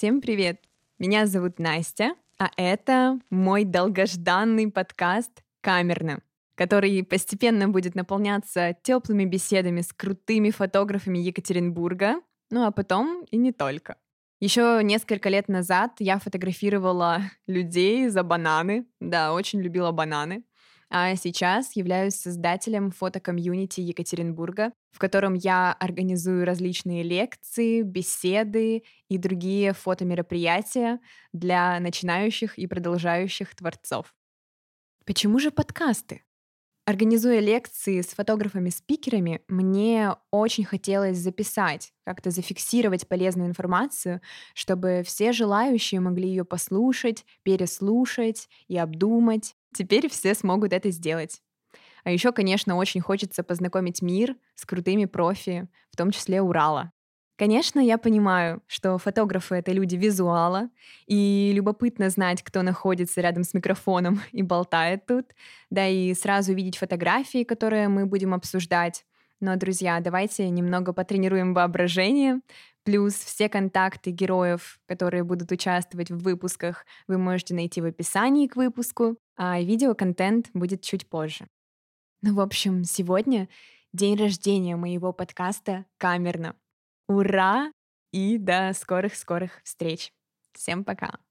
Всем привет! Меня зовут Настя, а это мой долгожданный подкаст «Камерно», который постепенно будет наполняться теплыми беседами с крутыми фотографами Екатеринбурга, ну а потом и не только. Еще несколько лет назад я фотографировала людей за бананы. Да, очень любила бананы. А сейчас являюсь создателем фотокомьюнити Екатеринбурга, в котором я организую различные лекции, беседы и другие фотомероприятия для начинающих и продолжающих творцов. Почему же подкасты? Организуя лекции с фотографами-спикерами, мне очень хотелось записать, как-то зафиксировать полезную информацию, чтобы все желающие могли ее послушать, переслушать и обдумать. Теперь все смогут это сделать. А еще, конечно, очень хочется познакомить мир с крутыми профи, в том числе Урала. Конечно, я понимаю, что фотографы — это люди визуала, и любопытно знать, кто находится рядом с микрофоном и болтает тут, да и сразу видеть фотографии, которые мы будем обсуждать. Но, друзья, давайте немного потренируем воображение. Плюс все контакты героев, которые будут участвовать в выпусках, вы можете найти в описании к выпуску, а видеоконтент будет чуть позже. Ну, в общем, сегодня день рождения моего подкаста «Камерно». Ура! И до скорых-скорых встреч. Всем пока!